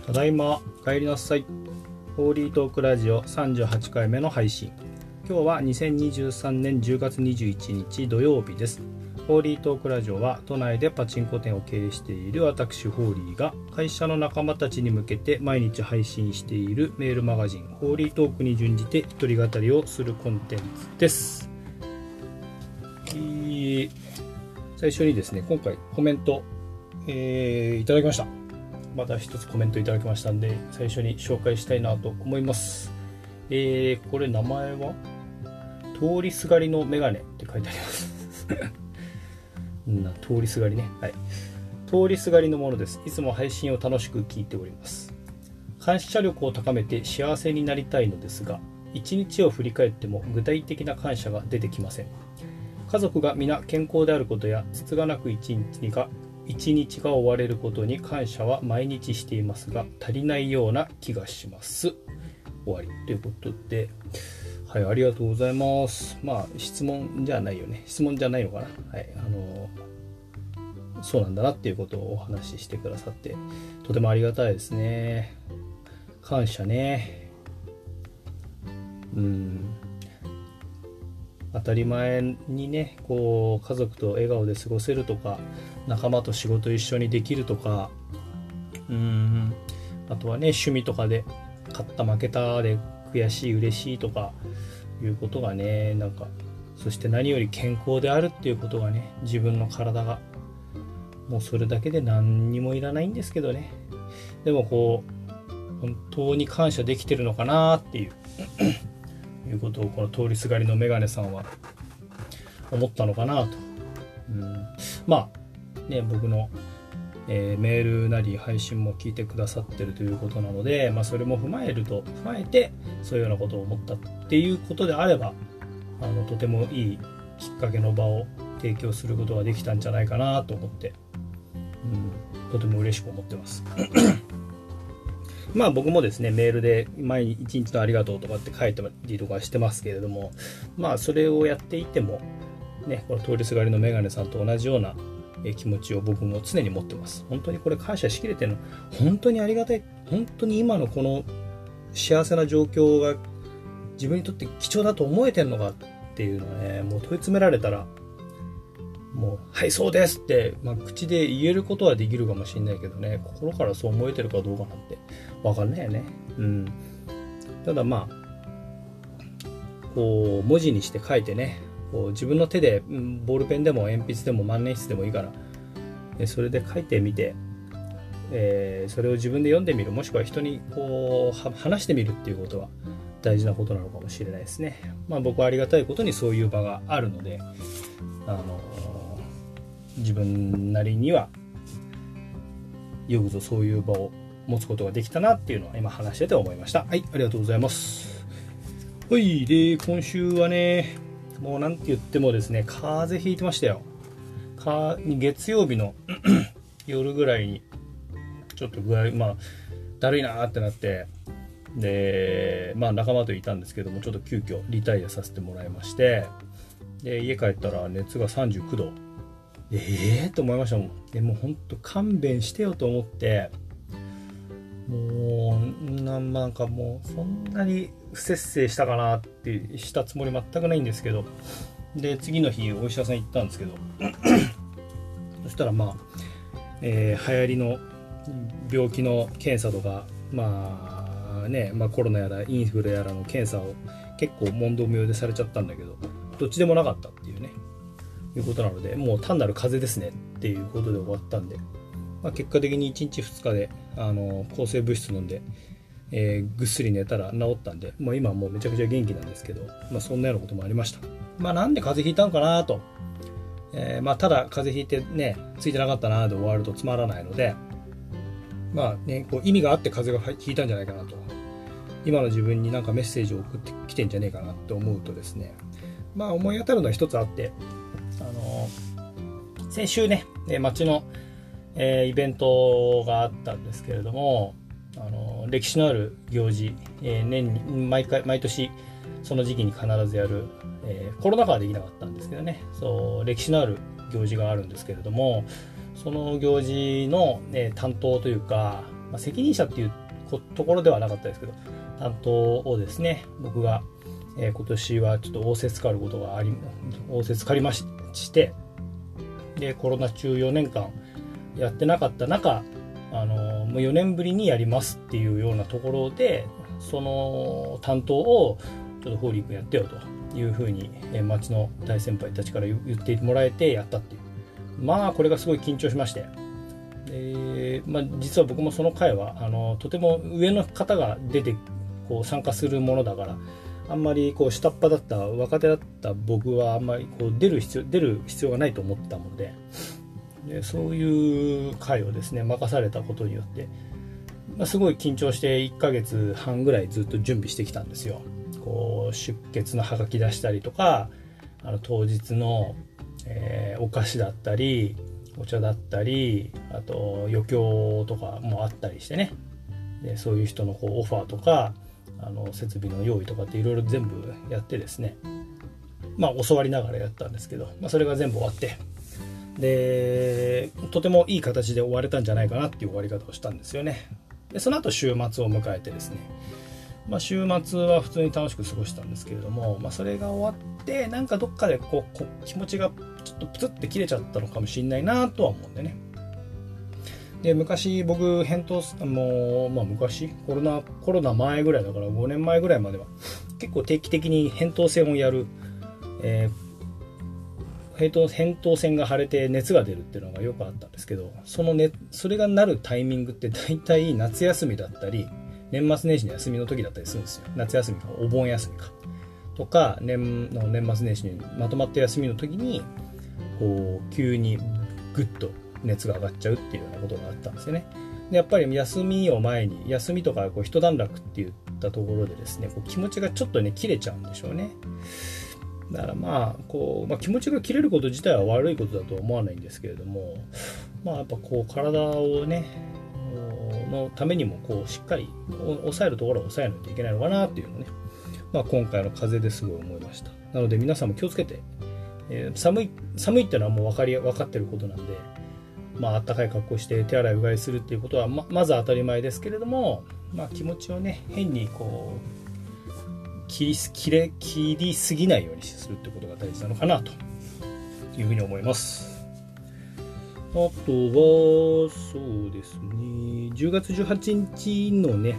ただいま帰りなさい。ホーリートークラジオ38回目の配信。今日は2023年10月21日土曜日です。ホーリートークラジオは都内でパチンコ店を経営している私ホーリーが会社の仲間たちに向けて毎日配信しているメールマガジンホーリートークに準じて一人語りをするコンテンツです。最初にですね、今回コメント、いただきました。また一つコメントいただきましたんで、最初に紹介したいなと思います。これ名前は通りすがりのメガネって書いてあります通りすがりね。はい。通りすがりのものです。いつも配信を楽しく聞いております。感謝力を高めて幸せになりたいのですが、一日を振り返っても具体的な感謝が出てきません。家族が皆健康であることや、つつがなく一日が終われることに感謝は毎日していますが、足りないような気がします。終わりということで、はい、ありがとうございます。質問じゃないよね。質問じゃないのかな。はい、そうなんだなっていうことをお話ししてくださって、とてもありがたいですね。感謝ね。当たり前にね、こう家族と笑顔で過ごせるとか、仲間と仕事一緒にできるとか、あとはね、趣味とかで勝った負けたで悔しい嬉しいとかいうことがね、そして何より健康であるっていうことがね、自分の体がもうそれだけで何にもいらないんですけどね。でもこう本当に感謝できてるのかなっていういうことをこの通りすがりのメガネさんは思ったのかなと。僕の、メールなり配信も聞いてくださってるということなので、それも踏まえてそういうようなことを思ったっていうことであれば、とてもいいきっかけの場を提供することができたんじゃないかなと思って、とても嬉しく思ってます僕もですね、メールで毎日一日のありがとうとかって書いたりとかしてますけれども、それをやっていてもね、この通りすがりのメガネさんと同じような気持ちを僕も常に持ってます。本当にこれ感謝しきれてるの、本当にありがたい。本当に今のこの幸せな状況が自分にとって貴重だと思えてるのかっていうのはね、もう問い詰められたら、もうはいそうですって、口で言えることはできるかもしれないけどね、心からそう思えてるかどうかなんて分かんないよね。ただこう文字にして書いてね、こう自分の手でボールペンでも鉛筆でも万年筆でもいいからそれで書いてみて、それを自分で読んでみる、もしくは人にこう話してみるっていうことは大事なことなのかもしれないですね。僕はありがたいことにそういう場があるので、自分なりにはよくぞそういう場を持つことができたなっていうのは今話してて思いました。はい、ありがとうございます。はい、で今週はね、もうなんて言ってもですね、風邪ひいてましたよ。月曜日の夜ぐらいにちょっと具合だるいなーってなって、で仲間といたんですけども、ちょっと急遽リタイアさせてもらいまして、で家帰ったら熱が39度と思いましたもん。でもうほんと勘弁してよと思って、もうもうそんなに不摂生したかなってしたつもり全くないんですけど、で次の日お医者さん行ったんですけどそしたら流行りの病気の検査とかコロナやらインフルやらの検査を結構問答無用でされちゃったんだけど、どっちでもなかったっていうね、いうことなので、もう単なる風邪ですねっていうことで終わったんで、結果的に1日2日で抗生物質飲んで、ぐっすり寝たら治ったんで、今はもうめちゃくちゃ元気なんですけど、そんなようなこともありました。なんで風邪ひいたのかなと、ただ風邪ひいてねついてなかったなで終わるとつまらないので、こう意味があって風邪がひいたんじゃないかなと、今の自分にメッセージを送ってきてんじゃねえかなって思うとですね、思い当たるのは一つあって、先週ね町の、イベントがあったんですけれども、歴史のある行事、年に毎年その時期に必ずやる、コロナ禍はできなかったんですけどね、そう歴史のある行事があるんですけれども、その行事の、担当というか責任者っていうところではなかったですけど、担当をですね、僕が、今年はちょっと仰せつかりまして、でコロナ中4年間やってなかった中、もう4年ぶりにやりますっていうようなところで、その担当をちょっとホーリー君やってよというふうに町の大先輩たちから言ってもらえてやったっていう、これがすごい緊張しまして、実は僕もその回はとても上の方が出てこう参加するものだから、あんまりこう下っ端だった若手だった僕はあんまりこう出る必要がないと思ってたもので、そういう回をですね任されたことによって、すごい緊張して1ヶ月半ぐらいずっと準備してきたんですよ。こう出血のハガキ出したりとか、当日の、お菓子だったりお茶だったり、あと余興とかもあったりしてね、でそういう人のこうオファーとか設備の用意とかっていろいろ全部やってですね、教わりながらやったんですけど、それが全部終わって、でとてもいい形で終われたんじゃないかなっていう終わり方をしたんですよね。でその後週末を迎えてですね、週末は普通に楽しく過ごしたんですけれども、それが終わってなんかどっかでこう気持ちがちょっとプツって切れちゃったのかもしれないなとは思うんでね。で昔僕昔コロナ前ぐらいだから5年前ぐらいまでは結構定期的に扁桃腺をやる、扁桃腺が腫れて熱が出るっていうのがよくあったんですけど、それがなるタイミングって大体夏休みだったり年末年始の休みの時だったりするんですよ。夏休みかお盆休みかとか年末年始にまとまった休みの時にこう急にグッと熱が上がっちゃうっていうようなことがあったんですよね。でやっぱり休みを前に、休みとかこう一段落って言ったところでですね、こう気持ちがちょっとね切れちゃうんでしょうね。だから気持ちが切れること自体は悪いことだとは思わないんですけれども、やっぱこう体をねのためにもこうしっかり抑えるところは抑えないといけないのかなっていうのをね、今回の風邪ですごい思いました。なので皆さんも気をつけて、寒いっていうのはもう分かってることなんで、暖かい格好して手洗いうがいするっていうことは まず当たり前ですけれども、気持ちをね変にこう切りすぎないようにするってことが大事なのかなというふうに思います。あとはそうですね、10月18日のね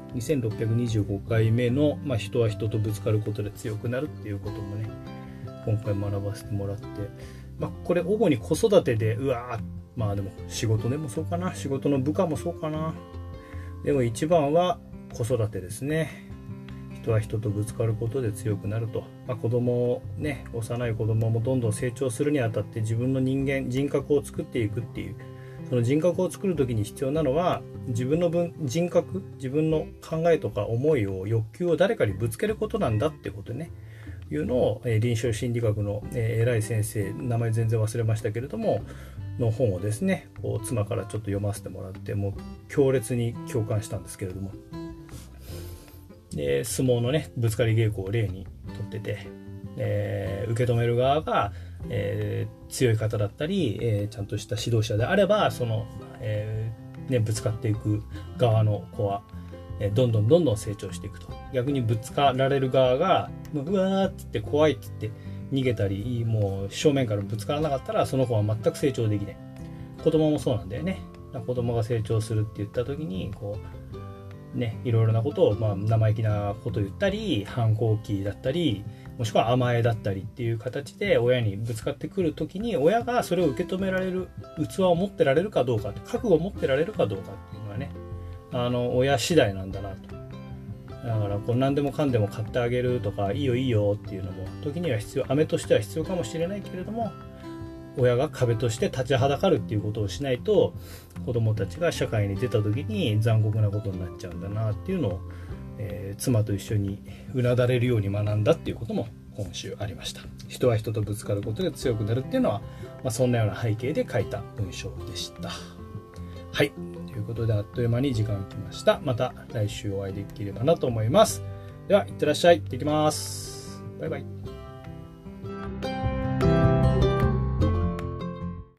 2625回目の、人は人とぶつかることで強くなるっていうこともね今回学ばせてもらって、これ主に子育てででも仕事でもそうかな、仕事の部下もそうかな、でも一番は子育てですね。人は人とぶつかることで強くなると、子供ね、幼い子供もどんどん成長するにあたって自分の人格を作っていくっていう、その人格を作る時に必要なのは自分の人格、自分の考えとか思いを、欲求を誰かにぶつけることなんだってことねいうのを、臨床心理学の、偉い先生、名前全然忘れましたけれどもの本をですねこう妻からちょっと読ませてもらって、もう強烈に共感したんですけれども、で相撲のねぶつかり稽古を例にとってて、受け止める側が、強い方だったり、ちゃんとした指導者であればその、ぶつかっていく側の子はどんどん成長していくと。逆にぶつかられる側がうわーって言って怖いって言って逃げたり、もう正面からぶつからなかったらその子は全く成長できない。子供もそうなんだよね。子供が成長するって言った時にこうね、いろいろなことを、生意気なことを言ったり反抗期だったりもしくは甘えだったりっていう形で親にぶつかってくる時に、親がそれを受け止められる器を持ってられるかどうか、覚悟を持ってられるかどうかっていうのはね親次第なんだなと。だからこう何でもかんでも買ってあげるとかいいよいいよっていうのも時には飴としては必要かもしれないけれども、親が壁として立ちはだかるっていうことをしないと子どもたちが社会に出た時に残酷なことになっちゃうんだなっていうのを、妻と一緒にうなだれるように学んだっていうことも今週ありました。人は人とぶつかることで強くなるっていうのは、そんなような背景で書いた文章でした。はい、ということであっという間に時間が来ました。また来週お会いできればなと思います。では、いってらっしゃい。行ってきます。バイバイ。